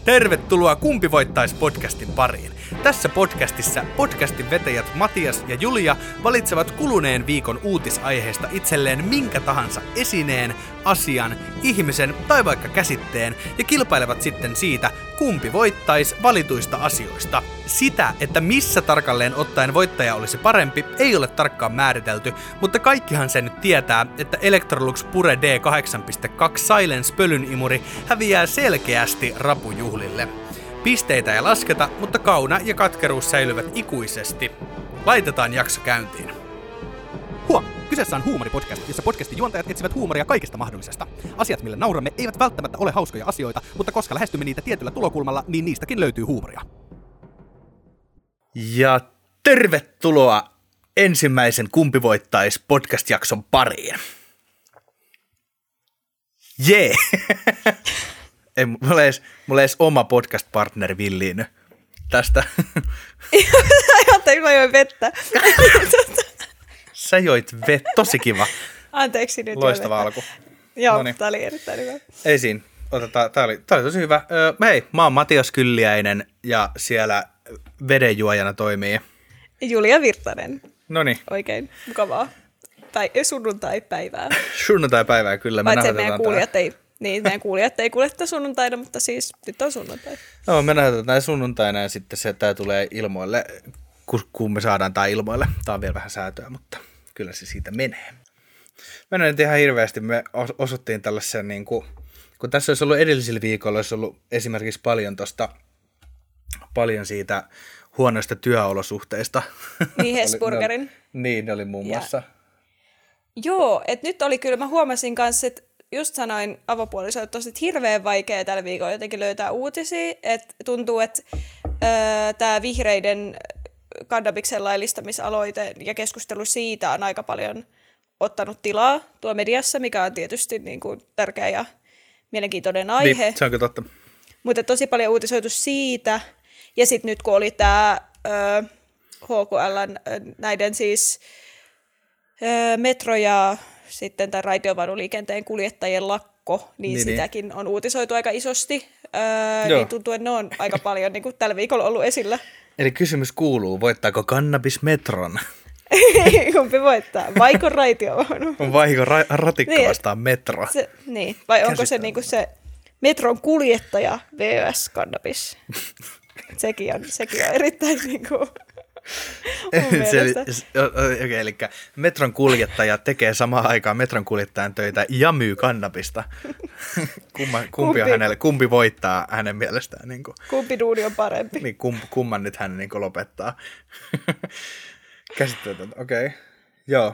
Tervetuloa Kumpi voittaisi podcastin pariin. Tässä podcastissa podcastin vetäjät Matias ja Julia valitsevat kuluneen viikon uutisaiheesta itselleen minkä tahansa esineen, asian, ihmisen tai vaikka käsitteen ja kilpailevat sitten siitä, kumpi voittaisi valituista asioista. Sitä, että missä tarkalleen ottaen voittaja olisi parempi, ei ole tarkkaan määritelty, mutta kaikkihan se nyt tietää, että Electrolux Pure D8.2 Silence pölynimuri häviää selkeästi rapujuhlille. Pisteitä ei lasketa, mutta kauna ja katkeruus säilyvät ikuisesti. Laitetaan jakso käyntiin. Kyseessä on huumoripodcast, jossa podcastin juontajat etsivät huumoria kaikesta mahdollisesta. Asiat, millä nauramme, eivät välttämättä ole hauskoja asioita, mutta koska lähestymme niitä tietyllä tulokulmalla, niin niistäkin löytyy huumoria. Ja tervetuloa ensimmäisen Kumpi voittaisi podcast-jakson pariin. Jee! Ei, mulla ei edes oma podcast-partneri villiin tästä. Ajattelin, mä join vettä. Sä joit vettä, tosi kiva. Anteeksi nyt. Loistava alku. Joo, Noniin. tää oli erittäin hyvä. Ei siinä. Otetaan, tää oli tosi hyvä. Hei, mä oon Matias Kylliäinen ja siellä vedenjuojana toimii Julia Virtanen. Noniin. Oikein mukavaa. Tai sunnuntai-päivää. Sunnuntai-päivää kyllä. Paitsi meidän kuulijat ei kuule tätä sunnuntaina, mutta siis nyt on sunnuntai. No, me nähdään näin sunnuntaina ja sitten tää tulee ilmoille, kun me saadaan tää ilmoille. Tää on vielä vähän säätöä, mutta kyllä se siitä menee. Mennään nyt ihan hirveästi. Me osuttiin tällaisen, niin kun tässä olisi ollut edellisellä viikolla, olisi ollut esimerkiksi paljon siitä huonoista työolosuhteista. Niin, Hesburgerin. Niin, ne oli muun muassa. Joo, että nyt oli kyllä, mä huomasin kanssa, että just sanoin avopuolisoille, että tosi hirveän vaikea tällä viikolla jotenkin löytää uutisia, että tuntuu, että tämä vihreiden kannabiksen laillistamisaloite ja keskustelu siitä on aika paljon ottanut tilaa tuolla mediassa, mikä on tietysti niin kuin tärkeä ja mielenkiintoinen aihe. Niin, se on kyllä totta. Mutta tosi paljon uutisoitu siitä, ja sitten nyt kun oli tämä HKL:n näiden siis metro ja sitten tämän raitiovaunuliikenteen kuljettajien lakko, niin sitäkin on uutisoitu aika isosti. Niin tuntuu, että ne on aika paljon niin kuin tällä viikolla ollut esillä. Eli kysymys kuuluu, voittaako kannabis metron? Kumpi voittaa? Vaiko raitiovaunu? Vaiko ratikka vastaan metro? Niin, vai onko se, niin kuin se metron kuljettaja vs. kannabis? Sekin on erittäin niin kuin eli metron kuljettaja tekee samaan aikaan metron kuljettajan töitä ja myy kannabista. Kumpi voittaa hänen mielestään? Niin kuin. Kumpi duuni on parempi? Niin, kumman nyt hän niin kuin lopettaa? Käsittämätöntä, okei. Joo.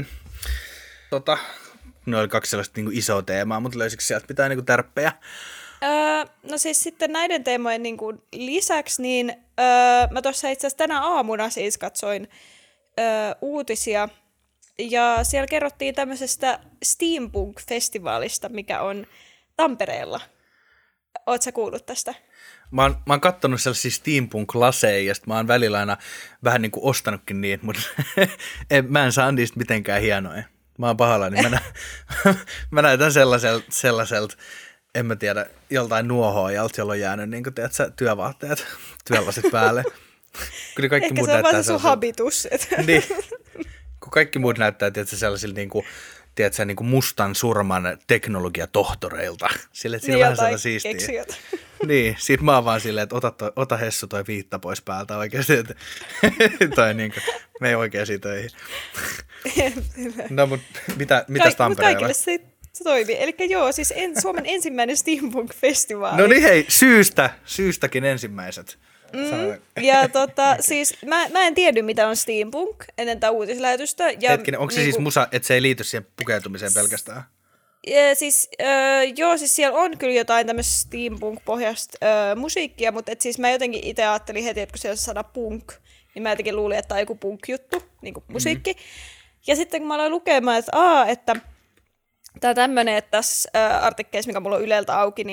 Ne oli kaksi sellaista niin kuin isoa teemaa, mutta löysikö sieltä mitään niin kuin tärppejä? No siis sitten näiden teemojen niin kuin lisäksi, niin mä tuossa itse asiassa tänä aamuna siis katsoin uutisia, ja siellä kerrottiin tämmöisestä Steampunk-festivaalista, mikä on Tampereella. Ootko sä kuullut tästä? Mä oon kattonut sellaisia steampunk-laseja, ja sit mä oon välillä aina vähän niin kuin ostanutkin niitä, mutta mä en saa niistä mitenkään hienoja. Mä oon pahalla, niin mä näytän sellaiselta, en mä tiedä, joltain nuohoojalta, jolla on jäänyt niin kuin, tiedätkö, työvaatteet, työlasit päälle. Kyllä kaikki ehkä muut se on vaan se sellaiselta. sun habitus. Niin, kun kaikki muut näyttää, tiedätkö, sellaisilla niin kuin, tiedätkö, niin kuin mustan surman teknologiatohtoreilta. Sille, että siinä on vähän sellainen siistiä. Keksijöt. Niin, sit mä oon vaan silleen, että ota Hessu toi viitta pois päältä oikeasti. Tai niin kuin, me ei oikeasti töihin. No, mutta mitäs Tampereella? Kaikille se toimii. Eli joo, siis Suomen ensimmäinen Steampunk-festivaali. No niin hei, syystäkin ensimmäiset. Ja siis mä en tiedä, mitä on Steampunk ennen tätä uutislähetystä. Hetkinen, onko se siis musa, että se ei liity siihen pukeutumiseen pelkästään? Siis siellä on kyllä jotain tämmöistä steampunk-pohjasta musiikkia, mutta siis mä jotenkin itse ajattelin heti, että kun siellä on sana punk, niin mä jotenkin luulin, että tämä on joku punk-juttu, niin kuin musiikki. Ja sitten kun mä aloin lukemaan, että tämä tämmöinen, että tässä artikkeessa, mikä mulla on Yleltä auki, niin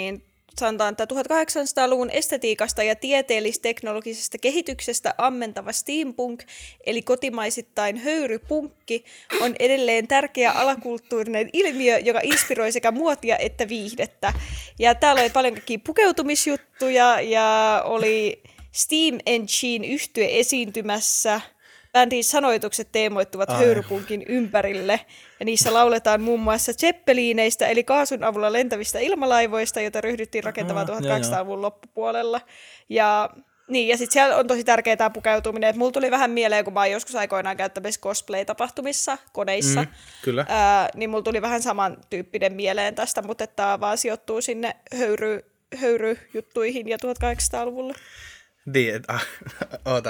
sanotaan, että 1800-luvun estetiikasta ja tieteellis-teknologisesta kehityksestä ammentava steampunk, eli kotimaisittain höyrypunkki, on edelleen tärkeä alakulttuurinen ilmiö, joka inspiroi sekä muotia että viihdettä. Ja täällä oli paljon kaikkia pukeutumisjuttuja ja oli Steam Engine -yhtye esiintymässä. Bändin sanoitukset teemoittuvat höyrypunkin ympärille, ja niissä lauletaan muun muassa zeppeliineistä, eli kaasun avulla lentävistä ilmalaivoista, joita ryhdyttiin rakentamaan 1800-luvun loppupuolella. Ja sitten siellä on tosi tärkeää tämä pukeutuminen, että mulla tuli vähän mieleen, kun mä oon joskus aikoinaan käyttämässä cosplay-tapahtumissa, koneissa, kyllä. Niin mulla tuli vähän samantyyppinen mieleen tästä, mutta tämä vaan sijoittuu sinne höyryjuttuihin ja 1800-luvulle. Niin, oota.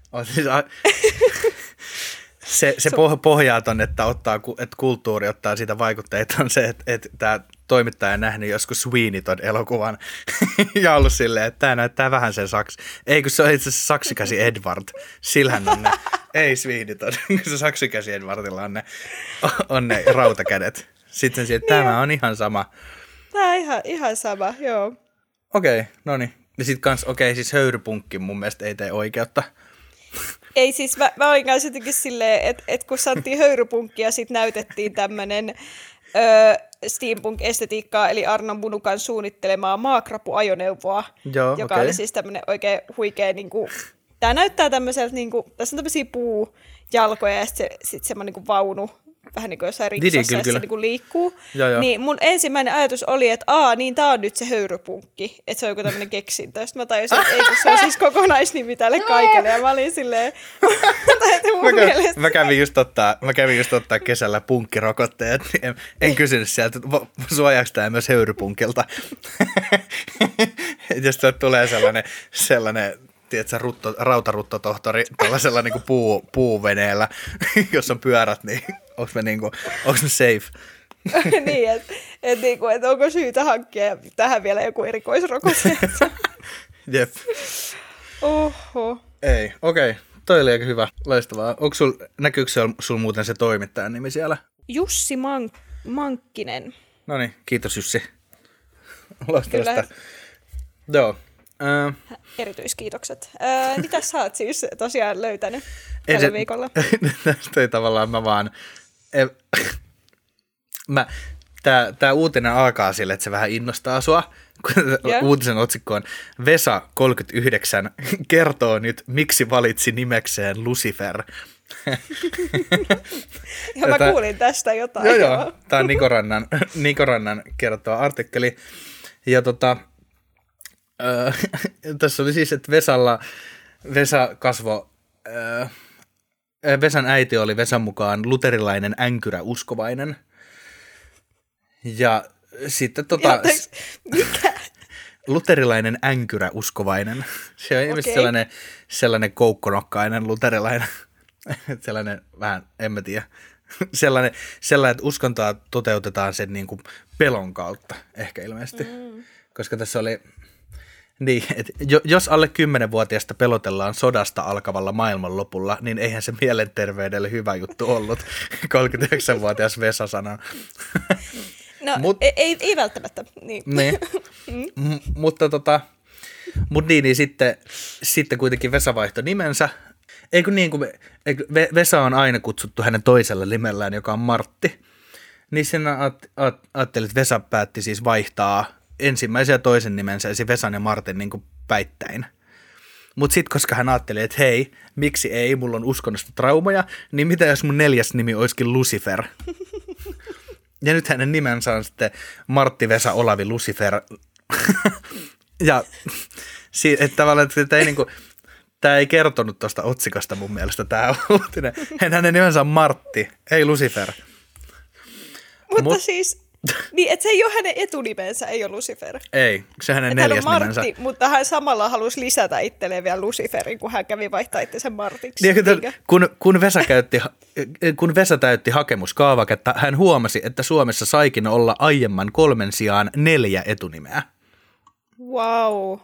Se pohjaa ton, että kulttuuri ottaa siitä vaikutteita, on se, että tämä toimittaja on nähnyt joskus Sweeney Todd -elokuvan ja ollut silleen, että tämä näyttää vähän sen ei kun se on itse asiassa saksikäsi Edward, sillähän on ne, ei Sweeney Todd, se saksikäsi Edwardilla on ne rautakädet. Sitten että tämä on ihan sama. Tämä on ihan sama, joo. Okei, no niin. Ja sitten kans, siis höyrypunkki mun mielestä ei tee oikeutta. Ei siis, mä olin kanssa jotenkin silleen, että kun sanottiin höyrypunkkia, sitten näytettiin tämmöinen steampunk-estetiikkaa, eli Arno Munukan suunnittelemaa maakrapuajoneuvoa, joka oli siis tämmöinen oikein huikea, niinku, tää näyttää tämmöiseltä, niinku, tässä on tämmöisiä puujalkoja ja sitten semmoinen niinku vaunu, vähän niin kuin jossain riksassa, ja se niin liikkuu. Niin mun ensimmäinen ajatus oli, että niin tää on nyt se höyrypunkki, että se on joku tämmöinen keksintö. Sitten mä tajusin, että ei, kun se on siis kokonaisnimi tälle kaikelle, ja mä olin silleen, mä kävin just ottaa kesällä punkkirokotteet, niin en kysynyt sieltä, että suojaako tämä myös höyrypunkilta. Jos tulee sellainen tiedätkö, rautaruttotohtori tällaisella niin puuveneellä, jos on pyörät, niin onko me safe? Niin, että onko syytä hankkia tähän vielä joku erikoisrokote? Jep. Oho. Ei, okei. Toi oli aika hyvä. Loistavaa. Näkyykö sul muuten se toimittajan nimi siellä? Jussi Mankkinen. No niin, kiitos Jussi. Loistavasta. Joo. Erityiskiitokset. Mitä sä oot siis tosiaan löytänyt tällä viikolla? Tästä ei tavallaan Tämä uutinen alkaa sille, että se vähän innostaa sua. Uutisen otsikko on Vesa 39 kertoo nyt, miksi valitsi nimekseen Lucifer. Ja mä kuulin tästä jotain. Joo. Tämä on Niko Rannan kertova artikkeli. Ja tässä oli siis, että Vesan äiti oli Vesan mukaan luterilainen änkyräuskovainen. Ja sitten mikä? Luterilainen änkyräuskovainen. Se on ilmeisesti sellainen koukkonokkainen luterilainen. Sellainen vähän, en mä tiedä. Sellainen, että uskontoa toteutetaan sen niin kuin pelon kautta ehkä ilmeisesti. Koska tässä oli niin, että jos alle 10-vuotiaasta pelotellaan sodasta alkavalla maailmanlopulla, niin eihän se mielenterveydelle hyvä juttu ollut, 39-vuotias Vesa sanoo. No, ei välttämättä. Niin. Mutta sitten kuitenkin Vesa vaihtoi nimensä. Vesa on aina kutsuttu hänen toisella nimellään, joka on Martti. Niin sen ajattelin, että Vesa päätti siis vaihtaa ensimmäisen ja toisen nimensä, eli Vesan ja Martin niin kuin päittäin. Mutta sitten, koska hän ajatteli, että hei, miksi ei, mulla on uskonnosta traumaja, niin mitä jos mun 4. nimi olisikin Lucifer? Ja nyt hänen nimensä on sitten Martti Vesa Olavi Lucifer. Ja että tavallaan, että tämä ei kertonut tuosta otsikosta mun mielestä tämä uutinen. Hänen nimensä on Martti, ei Lucifer. Mutta siis, niin, että se ei ole hänen etunimensä, ei ole Lucifer. Ei, se hänen 4. nimensä. Hän on Martti, mutta hän samalla halusi lisätä itselleen vielä Luciferin, kun hän kävi vaihtaa itsensä Martiksi. Niin, kun Vesa täytti hakemuskaavaketta, hän huomasi, että Suomessa saikin olla aiemman 3 sijaan 4 etunimeä. Wow.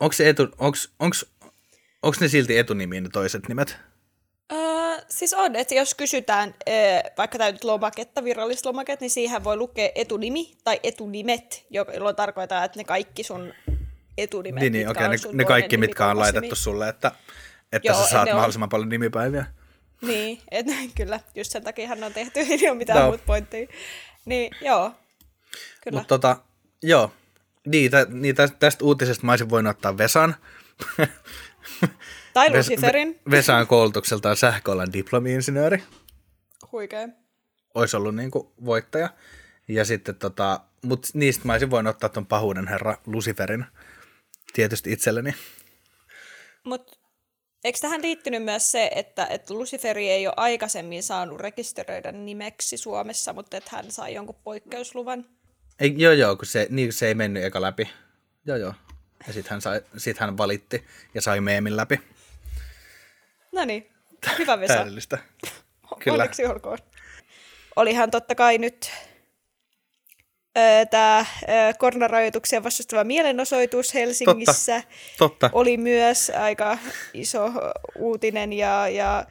Onko ne silti etunimiin ne toiset nimet? Siis on, että jos kysytään vaikka täytyt lomaketta, virallista lomaketta, niin siihen voi lukea etunimi tai etunimet, jolloin tarkoittaa, että ne kaikki sun etunimet, Niin, okei, ne kaikki, mitkä on laitettu sulle, että joo, sä saat mahdollisimman paljon nimipäiviä. Niin, kyllä, just sen takia hän on tehty, ei ole mitään muuta pointtia. Niin, joo, kyllä. Mutta joo, niin tästä uutisesta mä olisin voinut ottaa Vesan. Tai Luciferin. Vesa on koulutukseltaan sähköalan diplomi-insinööri. Huikea. Olisi ollut niinku voittaja. Ja sitten mutta niistä mä olisin voinut ottaa ton pahuuden herra Luciferin tietysti itselleni. Mutta eikö tähän liittynyt myös se, että Luciferi ei ole aikaisemmin saanut rekisteröidä nimeksi Suomessa, mutta että hän sai jonkun poikkeusluvan? Joo, kun se ei mennyt eka läpi. Joo. Ja sit hän valitti ja sai meemin läpi. No niin, hyvä Vesa. Täydellistä. Kyllä. Onneksi olkoon. Olihan totta kai nyt tämä koronarajoituksia vastustava mielenosoitus Helsingissä. Totta. Oli myös aika iso uutinen ja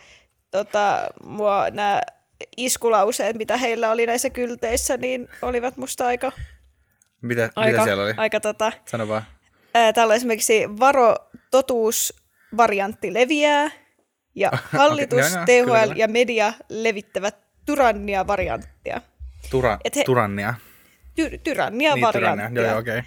mua nämä iskulauseet, mitä heillä oli näissä kylteissä, niin olivat musta aika... Mitä siellä oli? Sano vaan. Täällä on esimerkiksi varo, totuusvariantti leviää ja hallitus, THL ja media levittävät tyrannia-varianttia. Tyrannia. Tyrannia-varianttia. Joo, okei.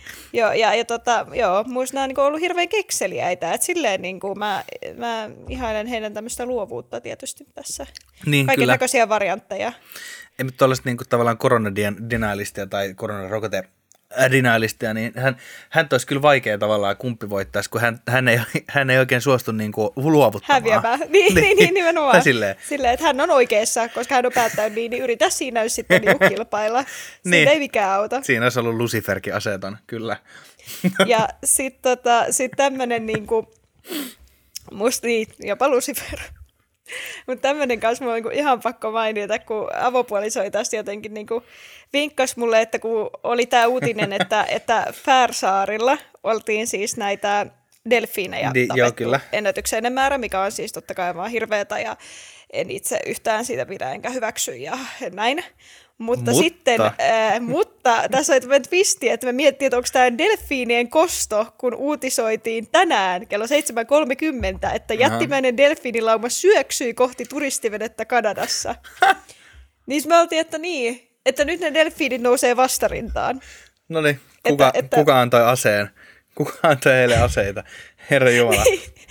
Joo, muista nämä on ollut hirveän kekseliäitä, että silleen niin kuin mä ihailen heidän tämmöistä luovuutta tietysti tässä. Niin, kaiken näköisiä variantteja. Ei, mutta tuollaista niin tavallaan koronadenialistia tai koronarokote-denialistia, niin hän olisi kyllä vaikea tavallaan kumpi voittaisi, kun hän ei oikein suostu niin kuin luovuttamaan. Häviämään. Niin, nimenomaan. Silleen, että hän on oikeassa, koska hän on päättänyt niin yritä siinä nyt sitten kilpailla. Siinä ei mikään auta. Siinä olisi ollut Luciferkin aseton, kyllä. Ja sitten tämmöinen niinku, musta niin, jopa Lucifer. Mutta tämmöinen kanssa mulla on ihan pakko mainita, kun avopuolisoi tästä jotenkin niinku vinkkasi mulle, että kun oli tämä uutinen, että Färsaarilla oltiin siis näitä delfiinejä tapettu ennätykseinen määrä, mikä on siis totta kai vaan hirveätä ja en itse yhtään siitä pidä enkä hyväksy ja näin. Mutta tässä on tämmöinen twisti, että me miettii, että onko tämä delfiinien kosto, kun uutisoitiin tänään kello 7.30, että jättimäinen delfiinilauma syöksyi kohti turistivenettä Kanadassa. Niin me oltiin, että nyt ne delfiinit nousee vastarintaan. No niin, kuka antoi aseen? Kuka antoi heille aseita? Herra Jumala.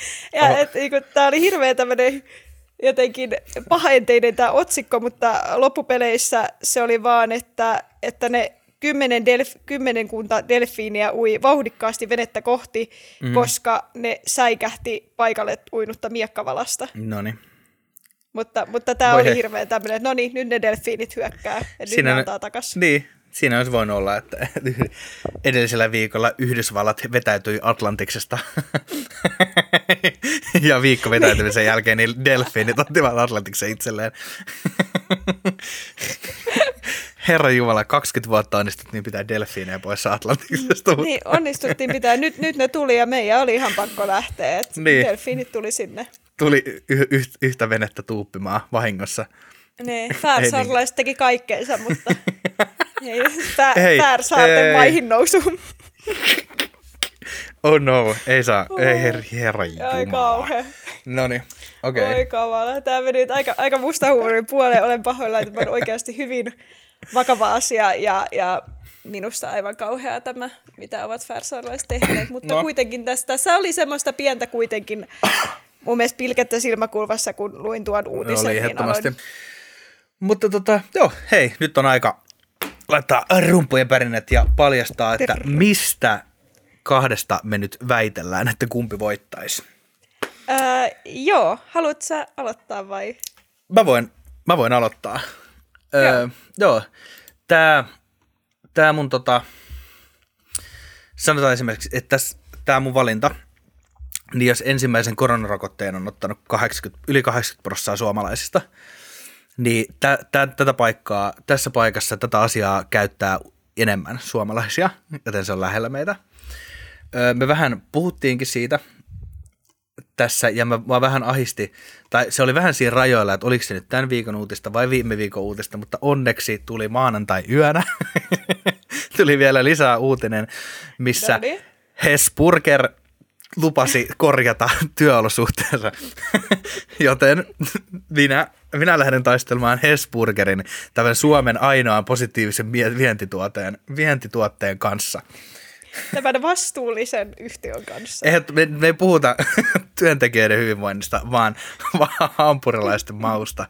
Tämä oli hirveä tämmöinen... jotenkin pahaenteinen tämä otsikko, mutta loppupeleissä se oli vaan, että ne kymmenkunta delfiiniä ui vauhdikkaasti venettä kohti, koska ne säikähti paikalle uinutta miekkavalasta. Noniin. Mutta tämä oli hirveän tämmöinen, että no niin, nyt ne delfiinit hyökkää, ja nyt ne antaa takaisin. Niin, siinä olisi voinut olla, että edellisellä viikolla Yhdysvallat vetäytyi Atlantiksesta ja viikko vetäytymisen jälkeen niin delfiinit ottivat Atlantiksen itselleen. Herra Jumala, 20 vuotta onnistuttiin pitää delfiinejä pois Atlantiksesta. Niin, onnistuttiin pitää. Nyt ne tuli ja meidän oli ihan pakko lähteä, että niin. Delfiinit tuli sinne. Tuli yhtä venettä tuuppimaan vahingossa. Ne, Färsaarlaiset teki kaikkeensa, mutta Färsaarten maihin nousuun. Oh no, ei saa. Ei herra Jumala. Ai kauhea. Noniin, okei. Oi kamala. Tämä meni nyt aika mustahuumorin puoleen. Olen pahoillani, että on oikeasti hyvin vakava asia ja minusta aivan kauhea tämä, mitä ovat färsaarlaiset tehneet. Mutta kuitenkin tässä oli semmoista pientä kuitenkin mun mielestä pilkettä silmäkulmassa, kun luin tuon uutisen. Oli ehdottomasti. Mutta hei, nyt on aika laittaa rumpujen pärinät ja paljastaa, että mistä kahdesta me nyt väitellään, että kumpi voittaisi. Joo, haluatko sä aloittaa vai? Mä voin aloittaa. Joo. Tää mun sanotaan esimerkiksi, että tää mun valinta, niin jos ensimmäisen koronarokotteen on ottanut yli 80% suomalaisista, niin tässä paikassa tätä asiaa käyttää enemmän suomalaisia, joten se on lähellä meitä. Me vähän puhuttiinkin siitä tässä, ja mä vähän ahisti, tai se oli vähän siinä rajoilla, että oliko se nyt tämän viikon uutista vai viime viikon uutista, mutta onneksi tuli maanantai-yönä. Tuli vielä lisää uutinen, missä Hesburger lupasi korjata työolosuhteensa, joten minä lähden taistelemaan Hesburgerin, tämän Suomen ainoan positiivisen vientituotteen kanssa. Tämän vastuullisen yhtiön kanssa. Me ei puhuta työntekijöiden hyvinvoinnista, vaan hampurilaisten mausta.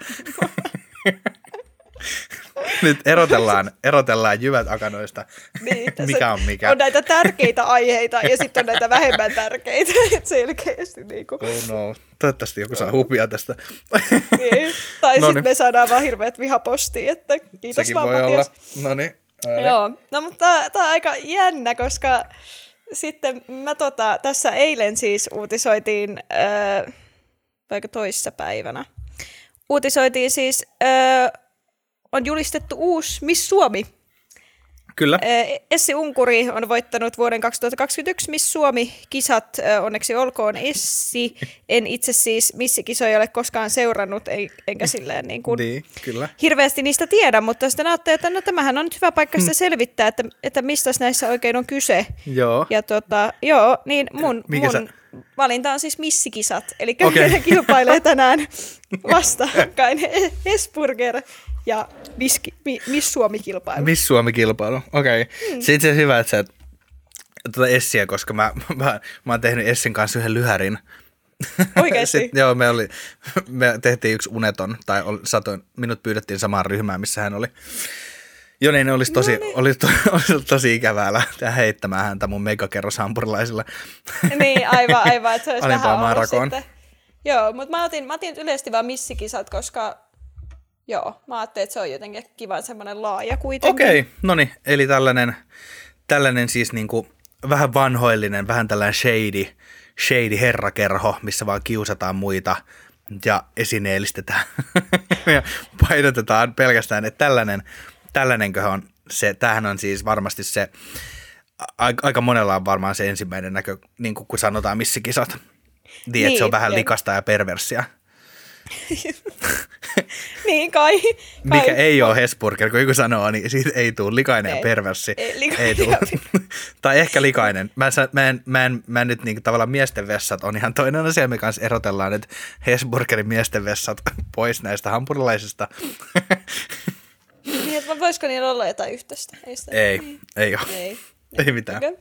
Nyt erotellaan jyvät akanoista, niin, mikä on mikä. On näitä tärkeitä aiheita ja sitten on näitä vähemmän tärkeitä, selkeästi. Niin kuin. Oh no, toivottavasti joku saa hupia tästä. Niin. Tai sitten me saadaan vaan hirveät vihapostia, että kiitos sekin vaan voi Matias. olla. Noniin. Joo, no mutta tämä on aika jännä, koska sitten mä tässä eilen siis uutisoitiin, vaikka toissapäivänä, uutisoitiin siis, on julistettu uusi Miss Suomi. Kyllä. Essi Unkuri on voittanut vuoden 2021 Miss Suomi-kisat. Onneksi olkoon Essi. En itse siis missikisoja ole koskaan seurannut, enkä silleen niin kuin niin, kyllä. hirveästi niistä tiedä, mutta sitten ajattelin, että no tämähän on nyt hyvä paikka sitä selvittää, että mistä näissä oikein on kyse. Joo. Ja niin mun valinta on siis missikisat, eli Okay. kilpailee tänään vastakkain Hesburger ja Miss Suomi-kilpailu. Miss Suomi-kilpailu, okei. Okay. Se itse asiassa hyvä, että sä tuota Essiä, koska mä oon tehnyt Essin kanssa yhden lyhärin. Oikeasti? Joo, me tehtiin yksi uneton, tai minut pyydettiin samaan ryhmään, missä hän oli. Joo, niin olisi tosi ikävää lähteä heittämään häntä mun megakerroshampurilaisilla. Niin, aivan, että se olisi alimpaan vähän ollut maarakoon. sitten. Joo, mutta mä otin yleisesti vaan missikisat, koska mä ajattelin, että se on jotenkin kiva semmoinen laaja kuitenkin. Okei, no niin, eli tällainen siis niinku vähän vanhoillinen, vähän tällainen shady herrakerho, missä vaan kiusataan muita ja esineellistetään ja painotetaan pelkästään, että tällainenkö on se, tämähän on siis varmasti se, aika monella on varmaan se ensimmäinen näkö, niin kuin kun sanotaan missikisat, niin, että se on vähän likasta ja perversia. Niin kai. Mikä ei ole Hesburger, kun joku sanoo, niin siitä ei tule likainen ja perverssi. Ei tule. Tai ehkä likainen. Mä en nyt niin tavallaan miesten vessat on ihan toinen asia, me kanssa erotellaan, että Hesburgerin miesten vessat pois näistä hampurilaisista. Niin, että voisiko niillä olla jotain yhteistä? Ei ole. Ei mitään. Okay.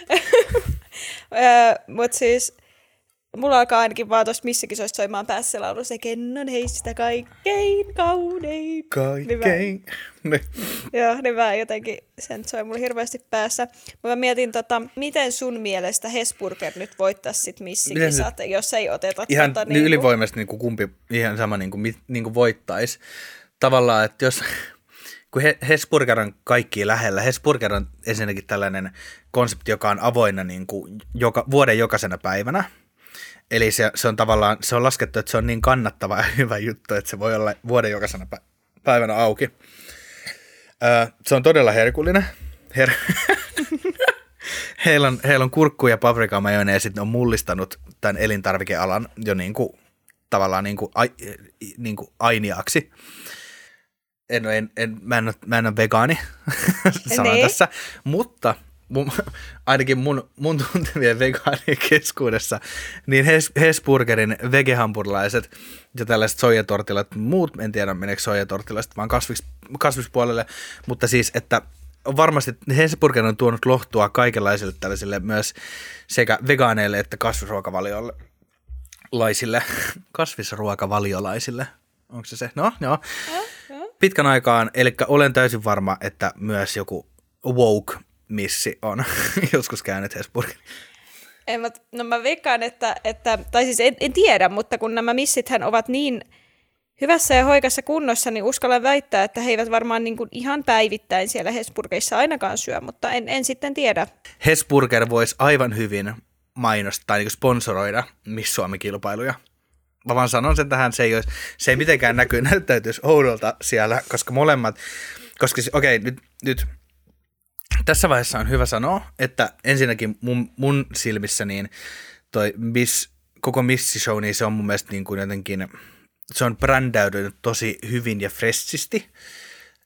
Mutta siis mulla alkaa ainakin vaan tuosta missikisoista soimaan päässä laulu se kennon heistä kaikkein kaunein. Kaikkein. Joo, niin mä jotenkin sen soi mulle hirveästi päässä. Mä mietin, miten sun mielestä Hesburger nyt voittaisi sit missikisat, jos ei oteta ihan ylivoimaisesti niin kumpi ihan sama niin kuin voittaisi. Tavallaan, että jos kun Hesburger on kaikki lähellä. Hesburger on ensinnäkin tällainen konsepti, joka on avoinna niin kuin vuoden jokaisena päivänä. Eli se on tavallaan, se on laskettu, että se on niin kannattava ja hyvä juttu, että se voi olla vuoden jokaisena päivänä auki. Se on todella herkullinen. Heillä on kurkku ja paprikamajoneesit, ne on mullistanut tämän elintarvikealan jo niin kuin, tavallaan niin kuin ainiaksi. Mä en ole vegaani, sanon tässä, mutta ainakin mun tuntemien vegaanien keskuudessa, niin Hesburgerin vegehampurilaiset ja tällaiset soijatortilat, muut, en tiedä meneekö soijatortilaiset, vaan kasvispuolelle, mutta siis, että varmasti Hesburger on tuonut lohtua kaikenlaisille tällaisille myös sekä vegaaneille että kasvisruokavaliolaisille. Onko se? No, joo. Pitkän aikaan, eli olen täysin varma, että myös joku woke-missi on joskus käynyt Hesburgerin. Mä veikkaan, että tai siis en tiedä, mutta kun nämä missithän ovat niin hyvässä ja hoikassa kunnossa, niin uskallan väittää, että he eivät varmaan niin kuin ihan päivittäin siellä Hesburgerissa ainakaan syö, mutta en sitten tiedä. Hesburger voisi aivan hyvin mainostaa tai niin sponsoroida Miss Suomi-kilpailuja. Mä vaan sanon sen tähän, se ei mitenkään näyttäytyisi oudolta siellä, koska molemmat, koska okei, nyt tässä vaiheessa on hyvä sanoa, että ensinnäkin mun silmissä niin toi koko Missi-show, niin se on mun mielestä niin kuin jotenkin, se on brändäytynyt tosi hyvin ja freshisti,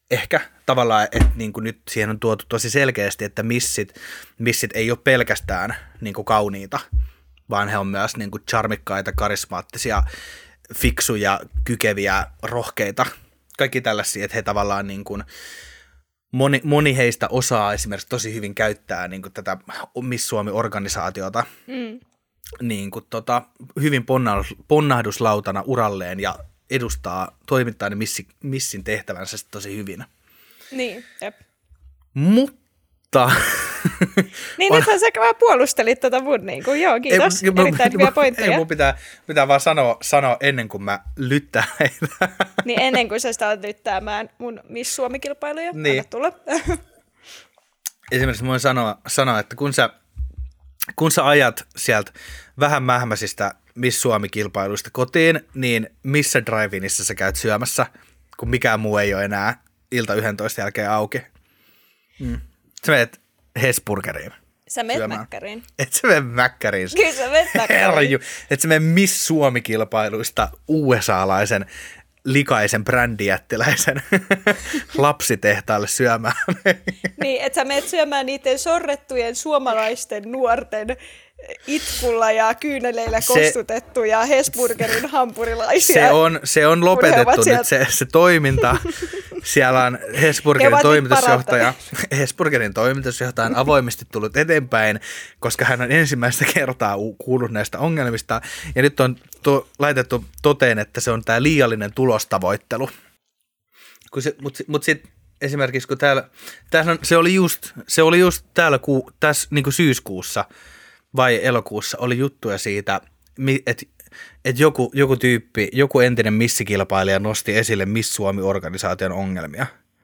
ehkä tavallaan, että niin kuin nyt siihen on tuotu tosi selkeästi, että missit ei ole pelkästään niin kuin kauniita, vaan he on myös niin kuin charmikkaita, karismaattisia, fiksuja, kykeviä, rohkeita. Kaikki tällaisia, että he tavallaan niin kuin, moni heistä osaa esimerkiksi tosi hyvin käyttää niin kuin tätä Miss Suomi-organisaatiota niin kuin, hyvin ponnahduslautana uralleen ja toimittaa ne missin tehtävänsä tosi hyvin. Niin, jep. Mutta... Niin nythän sä vähän puolustelit mun niin kuin, joo, kiitos, erittäin hyviä pointteja. Ei, mun pitää vaan sanoa ennen kuin mä lyttään heitä. Niin ennen kuin sä sitä olet lyttäämään mun Miss Suomi-kilpailuja, niin. Anna tulla. Esimerkiksi mä voin sanoa, että kun sä ajat sieltä vähän mähmäisistä Miss Suomi-kilpailuista kotiin, niin missä drive-inissa sä käyt syömässä, kun mikään muu ei ole enää ilta 11 jälkeen auki. Sä menet Hesburgeriin. Sä menet Mäkkäriin. Et sä mene Mäkkäriin. Kyllä sä menet Mäkkäriin. Et sä mene Miss Suomi-kilpailuista USA-laisen likaisen brändijättiläisen lapsitehtaalle syömään. Niin, että sä menet syömään niiden sorrettujen suomalaisten nuorten itkulla ja kyyneleillä kostutettuja Hesburgerin hampurilaisia. Se on lopetettu nyt se toiminta. Siellä on Hesburgerin toimitusjohtaja on avoimesti tullut eteenpäin, koska hän on ensimmäistä kertaa kuullut näistä ongelmista. Ja nyt on laitettu toteen, että se on tämä liiallinen tulostavoittelu. Mutta sitten esimerkiksi kun se oli just täällä tässä niin kuin syyskuussa vai elokuussa oli juttuja siitä, että joku tyyppi, joku entinen missikilpailija nosti esille Miss Suomi-organisaation ongelmia.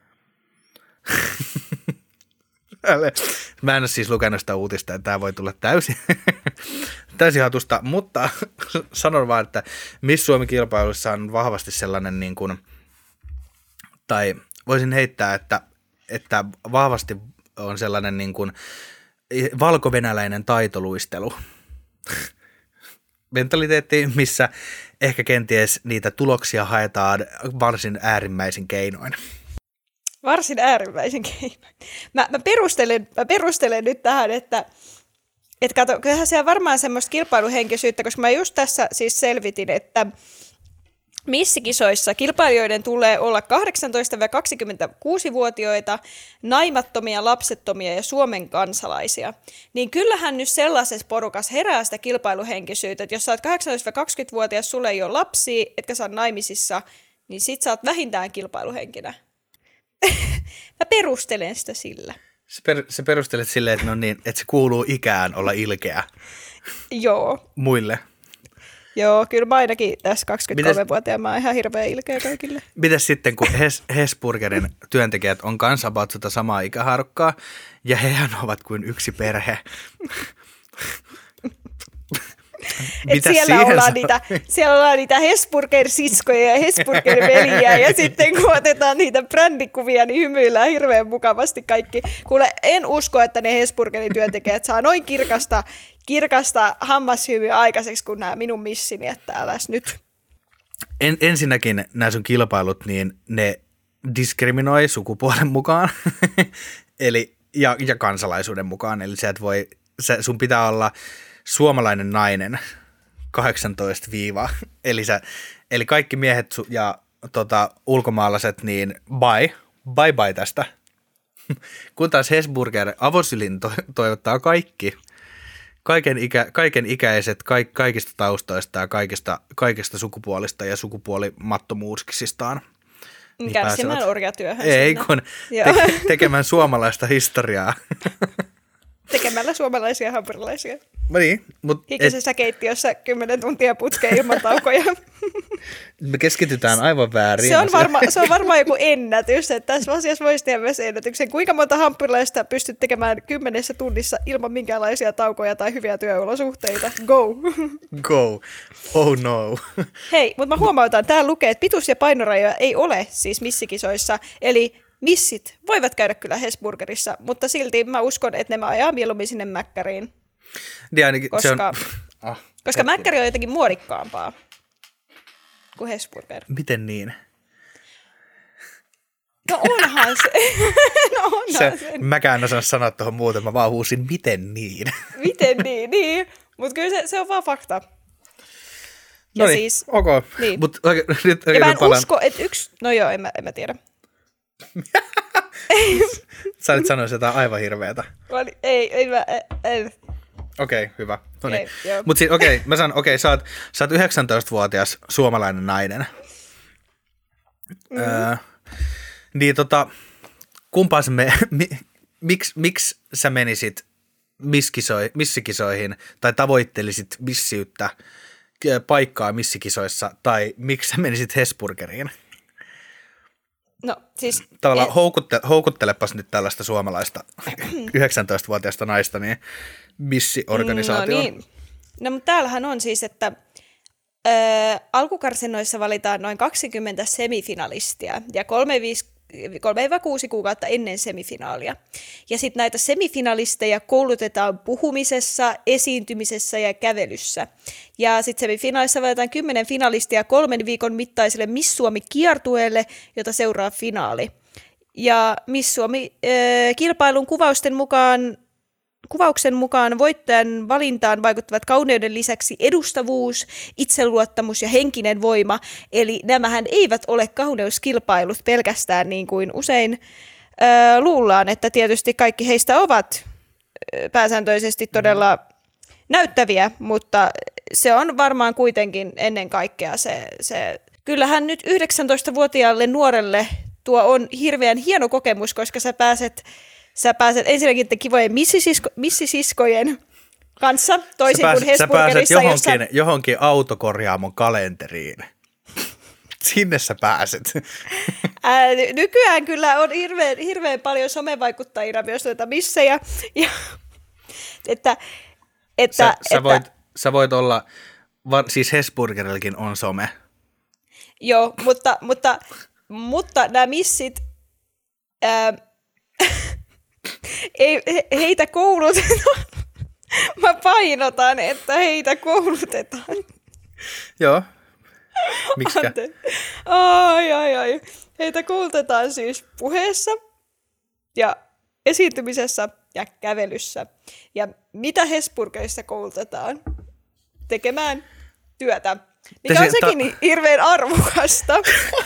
Mä en ole siis lukenut sitä uutista, että tämä voi tulla täysin hatusta, mutta sanon vaan, että Miss Suomi-kilpailuissa on vahvasti sellainen, niin kuin, tai voisin heittää, että vahvasti on sellainen niin kuin valkovenäläinen taitoluistelu mentaliteetti, missä ehkä kenties niitä tuloksia haetaan varsin äärimmäisin keinoin. Varsin äärimmäisen keinoin. Mä perustelen nyt tähän, että kato, kyllähän siellä varmaan semmoista kilpailuhenkisyyttä, koska mä just tässä siis selvitin, että missikisoissa kilpailijoiden tulee olla 18-26-vuotiaita, naimattomia, lapsettomia ja Suomen kansalaisia. Niin kyllähän nyt sellaisessa porukassa herää sitä kilpailuhenkisyyttä, että jos sä oot 18-20-vuotias, sulle ei ole lapsia, etkä sä oot naimisissa, niin sit sä oot vähintään kilpailuhenkinä. Mä perustelen sitä sillä. Sä perustelet silleen, että, no niin, että se kuuluu ikään olla ilkeä. Joo. Muille. Joo, kyllä mä ainakin tässä 23-vuotiaana mä oon ihan hirveän ilkeä kaikille. Mitäs sitten, kun Hesburgerin työntekijät on kanssa about sitä samaa ikäharukkaa, ja hehän ovat kuin yksi perhe. Siellä ollaan niitä Hesburger-siskoja ja Hesburger-veliä, ja sitten kun otetaan niitä brändikuvia, niin hymyillään hirveän mukavasti kaikki. Kuule, en usko, että ne Hesburgerin työntekijät saa noin kirkasta hammashyvyä aikaiseksi kuin nämä minun missini, että äläs nyt. Ensinnäkin nämä sun kilpailut, niin ne diskriminoi sukupuolen mukaan eli, ja kansalaisuuden mukaan. Eli sun pitää olla suomalainen nainen 18 eli kaikki miehet ja ulkomaalaiset, niin bye tästä. Kun taas Hesburger avosylin toivottaa kaiken ikäiset, kaikista taustoista ja kaikista sukupuolista ja sukupuolimattomuuksistaan. Niin kärsimään orjatyöhön. Ei, kun tekemään suomalaista historiaa. Tekemällä suomalaisia hampurilaisia. Niin, hikisessä keittiössä 10 tuntia putkeen ilman taukoja. Me keskitytään aivan väärin. Se on varmaan joku ennätys, että tässä asiassa voisi tehdä myös ennätyksen. Kuinka monta hampurilaista pystyt tekemään 10 tunnissa ilman minkäänlaisia taukoja tai hyviä työolosuhteita? Go! Go! Oh no! Hei, mutta mä huomautan, täällä lukee, että pituus- ja painorajoja ei ole siis missikisoissa, eli missit voivat käydä kyllä Hesburgerissa, mutta silti mä uskon, että ne ajaa mieluummin sinne Mäkkäriin. Koska Mäkkäri on jotenkin muodikkaampaa kuin Hesburger. Miten niin? No onhan se. No onhan se. Mäkään en osaa sanoa tuohon muuten, mä vaan huusin, miten niin? Miten niin. Mutta kyllä se on vaan fakta. No niin, siis, ok. Niin. Mut, nyt, ja mä en usko, että no joo, en mä tiedä. Sä nyt sanois jotain aivan hirveetä. Ei. Okei, hyvä. No niin. Mut siis, mä sanon, sä oot 19-vuotias suomalainen nainen. Niin kumpaa sä miksi sä menisit missikisoihin tai tavoittelisit missiyttä paikkaa missikisoissa tai miksi sä menisit Hesburgeriin? No siis... Tavallaan houkuttelepas nyt tällaista suomalaista 19-vuotiaista naista niin missiorganisaatioon. No niin. No mutta täällähän on siis, että alkukarsinoissa valitaan noin 20 semifinalistia ja 3-6 kuukautta ennen semifinaalia. Ja sitten näitä semifinalisteja koulutetaan puhumisessa, esiintymisessä ja kävelyssä. Ja sitten semifinaalissa valitaan 10 finalistia 3 viikon mittaiselle Miss Suomi-kiertueelle, jota seuraa finaali. Ja Miss Suomi-kilpailun kuvauksen mukaan voittajan valintaan vaikuttavat kauneuden lisäksi edustavuus, itseluottamus ja henkinen voima. Eli nämähän eivät ole kauneuskilpailut pelkästään niin kuin usein luullaan, että tietysti kaikki heistä ovat pääsääntöisesti todella näyttäviä, mutta se on varmaan kuitenkin ennen kaikkea se. Kyllähän nyt 19-vuotiaalle nuorelle tuo on hirveän hieno kokemus, koska sä pääset ensinnäkin kivojen missisiskojen kanssa, toisin kuin Hesburgerissa. Sä pääset johonkin autokorjaamon kalenteriin. Sinne sä pääset. Nykyään kyllä on hirveän paljon somevaikuttajina myös noita missejä. Ja, sä voit olla, siis Hesburgerillakin on some. Joo, mutta nämä missit... heitä koulutetaan. Mä painotan, että heitä koulutetaan. Joo. Miksikä? Ai. Heitä koulutetaan siis puheessa ja esiintymisessä ja kävelyssä. Ja mitä Hesburgerissa koulutetaan? Tekemään työtä. Mikä on sekin hirveän arvokasta,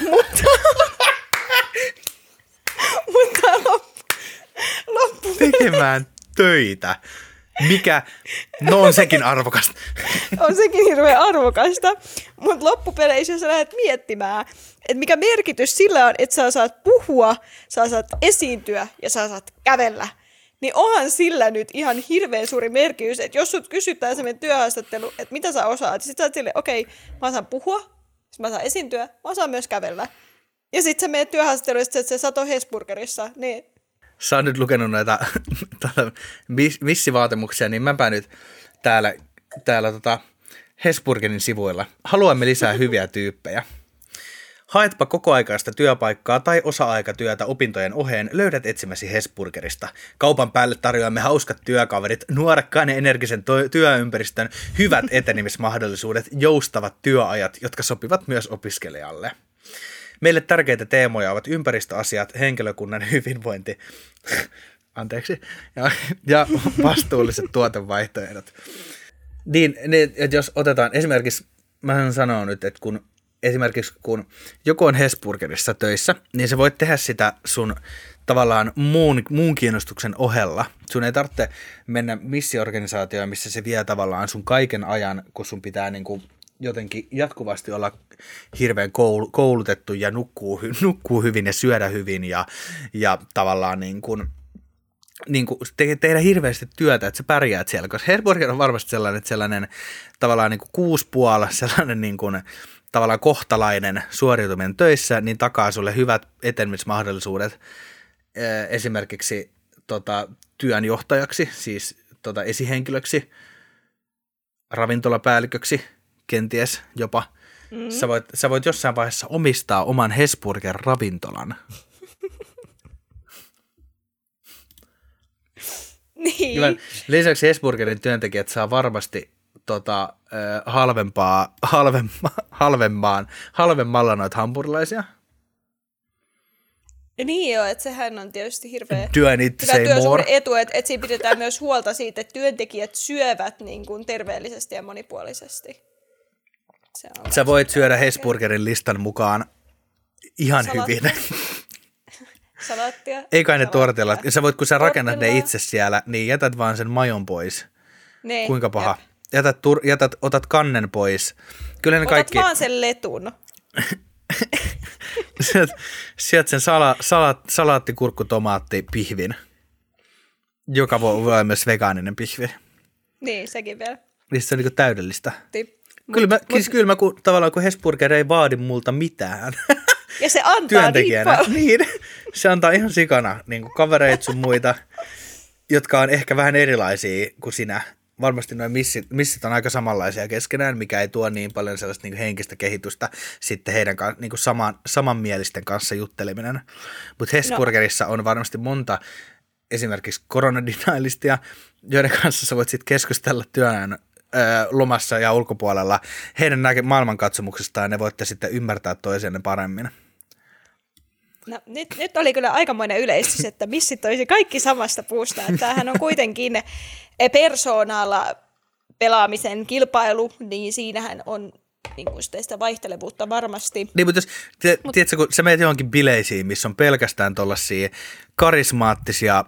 mutta tekemään töitä. Mikä? No on sekin arvokasta. On sekin hirveän arvokasta, mutta loppupeleissä sä lähdet miettimään, että mikä merkitys sillä on, että sä saat puhua, sä saat esiintyä ja sä saat kävellä. Niin onhan sillä nyt ihan hirveän suuri merkitys, että jos sut kysytään semmoinen työhaastattelu, että mitä sä osaat, sit sä oot silleen, okei, mä osaan puhua, mä osaan esiintyä, mä osaan myös kävellä. Ja sit sä menet työhaastatteluun, että sä oot Hesburgerissa, niin... Sä oot nyt lukenut noita missivaatimuksia, niin mäpä nyt täällä Hesburgerin sivuilla. Haluamme lisää hyviä tyyppejä. Haetpa kokoaikaista työpaikkaa tai osa-aikatyötä opintojen oheen, löydät etsimäsi Hesburgerista. Kaupan päälle tarjoamme hauskat työkaverit, nuorekkaan ja energisen työympäristön, hyvät etenemismahdollisuudet, joustavat työajat, jotka sopivat myös opiskelijalle. Meille tärkeitä teemoja ovat ympäristöasiat, henkilökunnan hyvinvointi ja vastuulliset tuotevaihtoehdot. Niin, että jos otetaan esimerkiksi, mä sanon nyt, että kun joku on Hesburgerissa töissä, niin sä voit tehdä sitä sun tavallaan muun kiinnostuksen ohella. Sun ei tarvitse mennä missiorganisaatioon, missä se vie tavallaan sun kaiken ajan, kun sun pitää niinku jotenkin jatkuvasti olla hirveän koulutettu ja nukkuu hyvin ja syödä hyvin ja tavallaan tehdä hirveästi työtä, että sä pärjäät siellä, koska Hesburger on varmasti sellainen tavallaan niin kuin 6,5, sellainen niin kuin, tavallaan kohtalainen suoriutuminen töissä, niin takaa sulle hyvät etenemismahdollisuudet esimerkiksi työnjohtajaksi, siis esihenkilöksi, ravintolapäälliköksi, kenties jopa. Mm. Sä voit jossain vaiheessa omistaa oman Hesburger-ravintolan. Niin. Lisäksi Hesburgerin työntekijät saa varmasti halvemmalla noita hampurilaisia. Niin joo, että sehän on tietysti hirveä Doing it to hyvä say more. työsuhde etu, että siinä pidetään myös huolta siitä, että työntekijät syövät niin kuin terveellisesti ja monipuolisesti. Sä voit syödä Hesburgerin listan mukaan ihan hyvin. Salaattia. Ei kai ne tortillat. Sä voit, kun sä rakennat ne itse siellä, niin jätät vaan sen majon pois. Ne, Kuinka paha? Otat kannen pois. Kyllä ne otat kaikki... vaan sen letun. Sieltä sen salaatti, kurkku, tomaatti, pihvin, joka voi olla myös vegaaninen pihvi. Niin, sekin vielä. Niin se on niin täydellistä. Kyllä kun Hesburger ei vaadi multa mitään. Ja se antaa työntekijänä. Niin, se antaa ihan sikana niin kavereita sun muita, jotka on ehkä vähän erilaisia kuin sinä. Varmasti nuo missit on aika samanlaisia keskenään, mikä ei tuo niin paljon sellaista niin henkistä kehitystä sitten heidän niin samanmielisten kanssa jutteleminen. Mutta Hesburgerissa on varmasti monta esimerkiksi koronadinailistia, joiden kanssa sä voit sitten keskustella työnään lomassa ja ulkopuolella heidän maailmankatsomuksestaan ja ne voitte sitten ymmärtää toisianne paremmin. No, nyt oli kyllä aikamoinen yleistys, että missit olisi kaikki samasta puusta. Tämähän on kuitenkin persoonalla pelaamisen kilpailu, niin siinähän on niin kuin sitä vaihtelevuutta varmasti. Niin, mutta tiedätkö, kun sä menet johonkin bileisiin, missä on pelkästään tuollaisia karismaattisia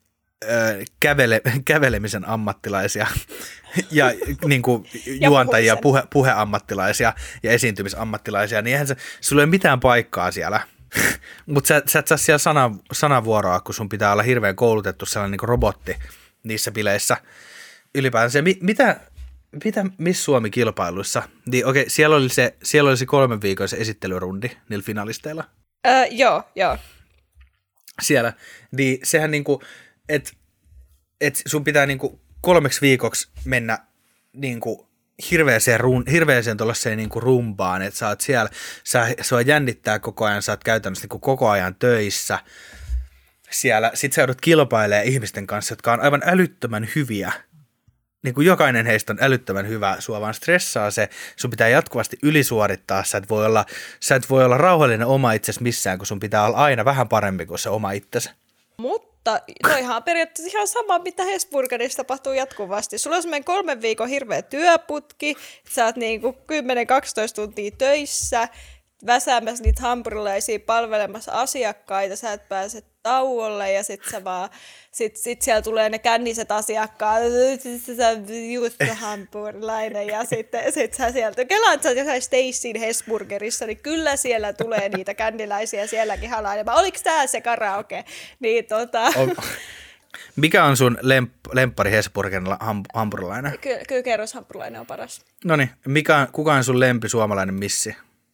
kävelemisen ammattilaisia ja niin kuin juontajia, puheammattilaisia ja esiintymisammattilaisia, niin eihän sulla ei ole mitään paikkaa siellä. Mutta sä et saa siellä sanavuoroa, kun sun pitää olla hirveän koulutettu sellainen niin kuin robotti niissä bileissä. Ylipäänsä mitä Miss Suomi-kilpailuissa? Niin, okei, siellä oli se 3 viikon se esittelyrundi niillä finalisteilla. Joo. Siellä. Niin sehän niinku, että sun pitää niinku 3 viikoksi mennä niinku hirveäseen tuollaiseen niinku rumbaan, että sä oot siellä, sua jännittää koko ajan, sä oot käytännössä niinku koko ajan töissä siellä. Sit sä joudut kilpailemaan ihmisten kanssa, jotka on aivan älyttömän hyviä. Niin kuin jokainen heistä on älyttömän hyvä, sua vaan stressaa se, sun pitää jatkuvasti ylisuorittaa, sä et voi olla rauhallinen oma itsesi missään, kun sun pitää olla aina vähän parempi kuin se oma itsesi. Mutta toihan on periaatteessa ihan sama, mitä Hesburgerissa tapahtuu jatkuvasti. Sulla on semmoinen 3 viikon hirveä työputki, sä oot niinku 10-12 tuntia töissä, väsäämässä niitä hampurilaisia, palvelemassa asiakkaita, sä et pääse tauolle ja sit siellä tulee ne känniset asiakkaat, just hampurilainen ja sit sä sieltä, kelaat sä jossain Stacyn Hesburgerissa, niin kyllä siellä tulee niitä känniläisiä sielläkin halailemaan. Oliks tää se karaoke? Niin Mikä on sun lemppari Hesburgerin hampurilainen? Kyllä kerroshampurilainen on paras. Noniin, kuka on sun lempi suomalainen missi?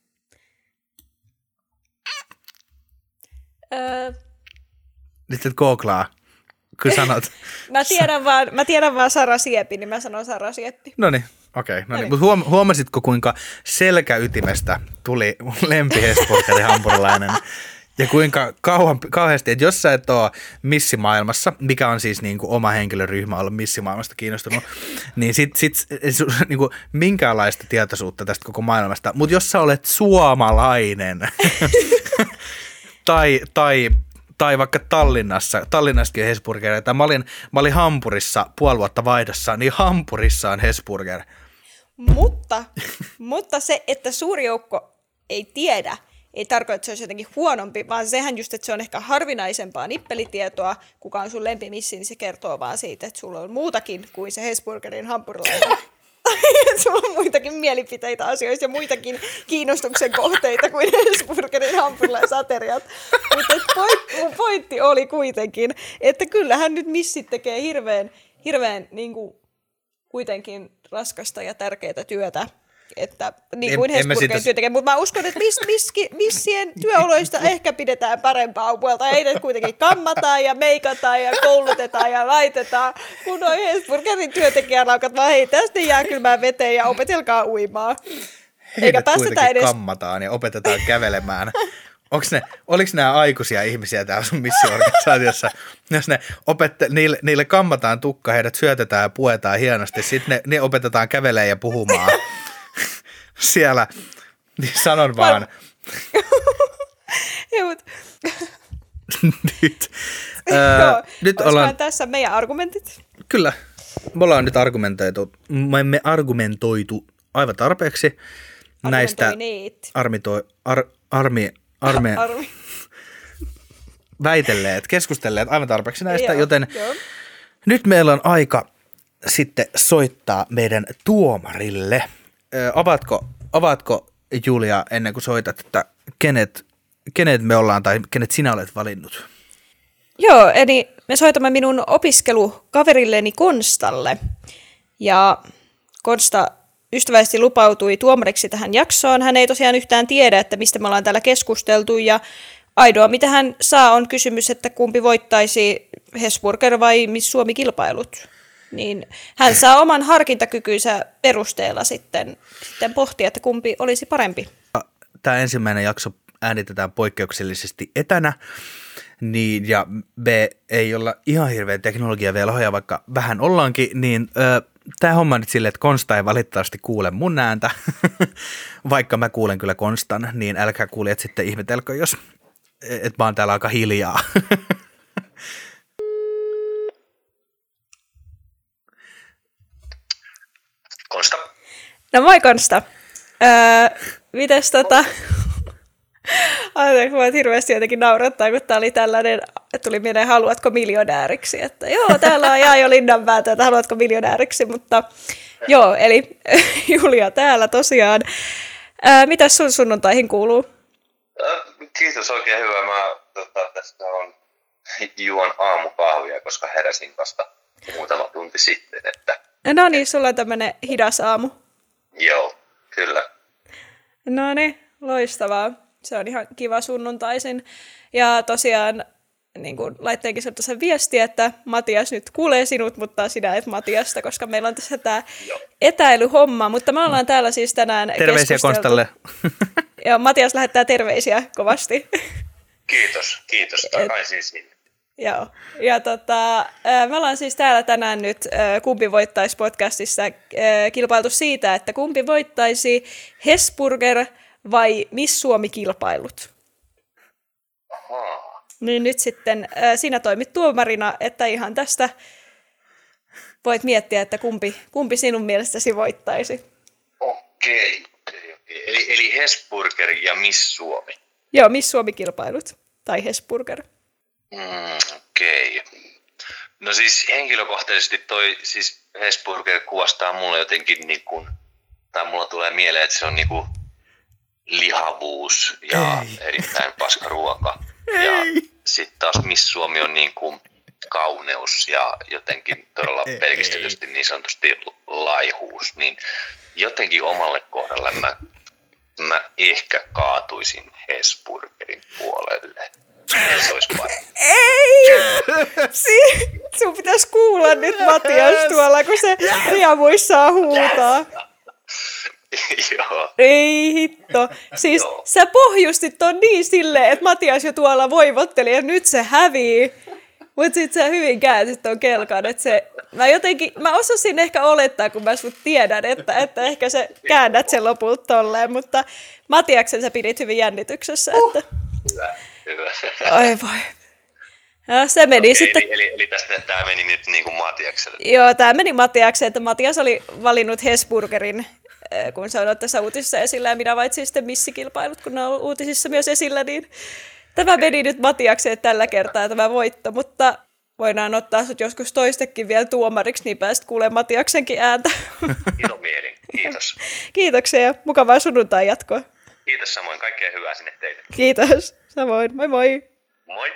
Nyt et googlaa, kun sanot. Mä tiedän vaan Sara Sieppi, niin mä sanon Sara Sieppi. Noniin, okei. Mutta huomasitko, kuinka selkäytimestä tuli lempi Hesburgerin hampurilainen? Ja kuinka kauheasti, että jos sä et ole missimaailmassa, mikä on siis niin kuin oma henkilöryhmä olla missimaailmasta kiinnostunut, niin sit niin kuin minkäänlaista tietoisuutta tästä koko maailmasta. Mutta jos sä olet suomalainen tai vaikka Tallinnassakin on Hesburgereita. Mä olin Hampurissa puoli vuotta vaihdossa, niin Hampurissa on Hesburger. Mutta se, että suuri joukko ei tiedä, ei tarkoita, että se olisi jotenkin huonompi, vaan sehän just, että se on ehkä harvinaisempaa nippelitietoa, kuka on sun lempimissi, niin se kertoo vaan siitä, että sulla on muutakin kuin se Hesburgerin hampurilainen. Sulla on muitakin mielipiteitä asioista ja muitakin kiinnostuksen kohteita kuin Hesburgerin hampurilaisateriat. Mutta mun pointti oli kuitenkin, että kyllähän nyt missit tekee hirveän niin kuin, kuitenkin raskasta ja tärkeää työtä. Että, niin kuin Hesburgerin työ tekee, mutta mä uskon, että missien työoloista ehkä pidetään parempaa puolta. Ei nyt kuitenkin kammataan ja meikataan ja koulutetaan ja laitetaan, kun noi Hesburgerin työntekijäraukat vaan hei, tästä jääkylmään veteen ja opetelkaa uimaan. Eikä päästetä edes kammataan ja opetetaan kävelemään. Oliko nämä aikuisia ihmisiä täällä sun missiorganisaatiossa? Jos niille kammataan tukka, heidät syötetään ja puetaan hienosti, sitten ne opetetaan kävelemään ja puhumaan. Siellä, niin sanon vaan. nyt. Nyt ollaan tässä meidän argumentit. Kyllä. Me ollaan nyt me argumentoitu aivan tarpeeksi näistä väitelleet, keskustelleet aivan tarpeeksi näistä, joten nyt meillä on aika sitten soittaa meidän tuomarille. Avaatko Julia ennen kuin soitat, että kenet me ollaan tai kenet sinä olet valinnut? Joo, eli me soitamme minun opiskelukaverilleni Konstalle. Ja Konsta ystävällisesti lupautui tuomariksi tähän jaksoon. Hän ei tosiaan yhtään tiedä, että mistä me ollaan täällä keskusteltu. Ja ainoa, mitä hän saa, on kysymys, että kumpi voittaisi Hesburger vai Miss Suomi-kilpailut. Niin hän saa oman harkintakykynsä perusteella sitten pohtia, että kumpi olisi parempi. Tämä ensimmäinen jakso äänitetään poikkeuksellisesti etänä. Niin, ja B ei olla ihan hirveän teknologiavelhoja, vaikka vähän ollaankin, niin tämä homma nyt silleen, että Konsta ei valitettavasti kuule mun ääntä, vaikka mä kuulen kyllä Konstan, niin älkää kuulijat sitten ihmetelkö, jos et mä oon täällä aika hiljaa. Konsta. No moi Konsta. Mites Anteeksi, mua hirveästi jotenkin naurattaa, kun tää oli tällainen, tuli mieleen, haluatko miljonääriksi, että joo, täällä on Jaajo Linnanpäätä, että haluatko miljonääriksi, mutta joo, eli Julia täällä tosiaan. Mitäs sun sunnuntaihin kuuluu? Kiitos, oikein hyvä. Mä tässä juon aamukahvia, koska heräsin vasta muutama tunti sitten. Että... No niin, sulla on tämmönen hidas aamu. Joo, kyllä. No niin, loistavaa. Se on ihan kiva sunnuntaisin. Ja tosiaan niin kuin laitteenkin sen viestiä, että Matias nyt kuulee sinut, mutta sinä et Matiasta, koska meillä on tässä tämä etäilyhomma. Mutta me ollaan täällä siis tänään terveisiä Konstalle. Ja Matias lähettää terveisiä kovasti. Kiitos. Takaisin sinne. Joo. Ja me ollaan siis täällä tänään nyt Kumpi voittaisi podcastissa kilpailtu siitä, että kumpi voittaisi Hesburger vai Miss Suomi-kilpailut. Ahaa. Niin nyt sitten sinä toimit tuomarina, että ihan tästä voit miettiä, että kumpi sinun mielestäsi voittaisi. Okei. Eli Hesburger ja Miss Suomi. Joo, Miss Suomi-kilpailut tai Hesburger. Okei. No siis henkilökohtaisesti siis Hesburger kuvastaa mulle jotenkin niin kuin, tai mulla tulee mieleen, että se on niin kuin lihavuus ja erittäin paska ruoka. Ja sitten taas Miss Suomi on niin kuin kauneus ja jotenkin todella pelkistetysti niin sanotusti laihuus. Niin jotenkin omalle kohdalle mä ehkä kaatuisin Hesburgerin puolelle. Se olisi parempi. Ei! Sun pitäisi kuulla nyt Matias tuolla, kun se riemuissaan huutaa. Joo. Ei hitto. Siis sä pohjustit ton niin silleen, että Matias jo tuolla voivotteli ja nyt se hävii. Mut sit sä hyvin käänsit ton kelkan, että mä osasin ehkä olettaa, kun mä sut tiedän, että ehkä sä käännät sen lopulta tolleen, mutta Matiaksen sä pidit hyvin jännityksessä, että... Hyvä. Ai voi. Ja se meni sitten... Eli tästä tämä meni nyt niin kuin Matiakselle. Joo, tämä meni Matiakselle, että Matias oli valinnut Hesburgerin, kun se on ollut tässä uutisissa esillä, ja minä valitsin sitten missikilpailut, kun ne on ollut uutisissa myös esillä, niin tämä meni nyt Matiakselle tällä kertaa tämä voitto, mutta voidaan ottaa sut joskus toistekin vielä tuomariksi, niin pääsit kuulemaan Matiaksenkin ääntä. Ilomielin, kiitos. Kiitoksia ja mukavaa sunnuntai jatkoa. Kiitos samoin, kaikkea hyvää sinne teille. Kiitos, samoin, moi moi. Moi.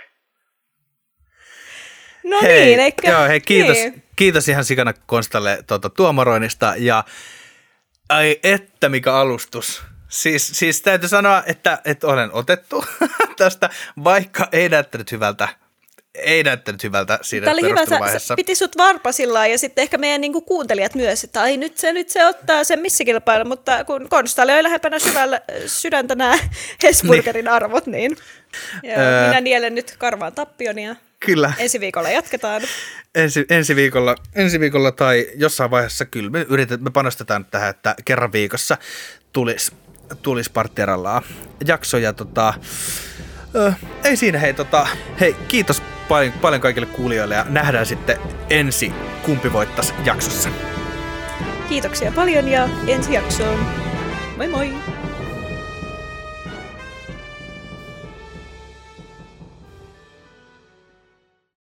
No niin, eikä... Joo, hei, kiitos ihan sikana Konstalle tuomaroinnista ja ai että mikä alustus. Siis täytyy sanoa, että olen otettu tästä, vaikka ei näyttänyt hyvältä siinä perusteluvaiheessa. Piti sut varpasillaan ja sitten ehkä meidän niinku kuuntelijat myös, että ai nyt se ottaa sen missikilpailun, mutta kun Konstalle oli lähempänä sydäntä nämä Hesburgerin arvot, niin minä nielen nyt karvaan tappion ja kyllä. Ensi viikolla jatketaan. Ensi viikolla tai jossain vaiheessa kyllä me panostetaan tähän, että kerran viikossa tulisi partierallaa jaksoja. Ei siinä, hei, kiitos paljon kaikille kuulijoille ja nähdään sitten ensi Kumpi voittas -jaksossa. Kiitoksia paljon ja ensi jaksoon. Moi moi!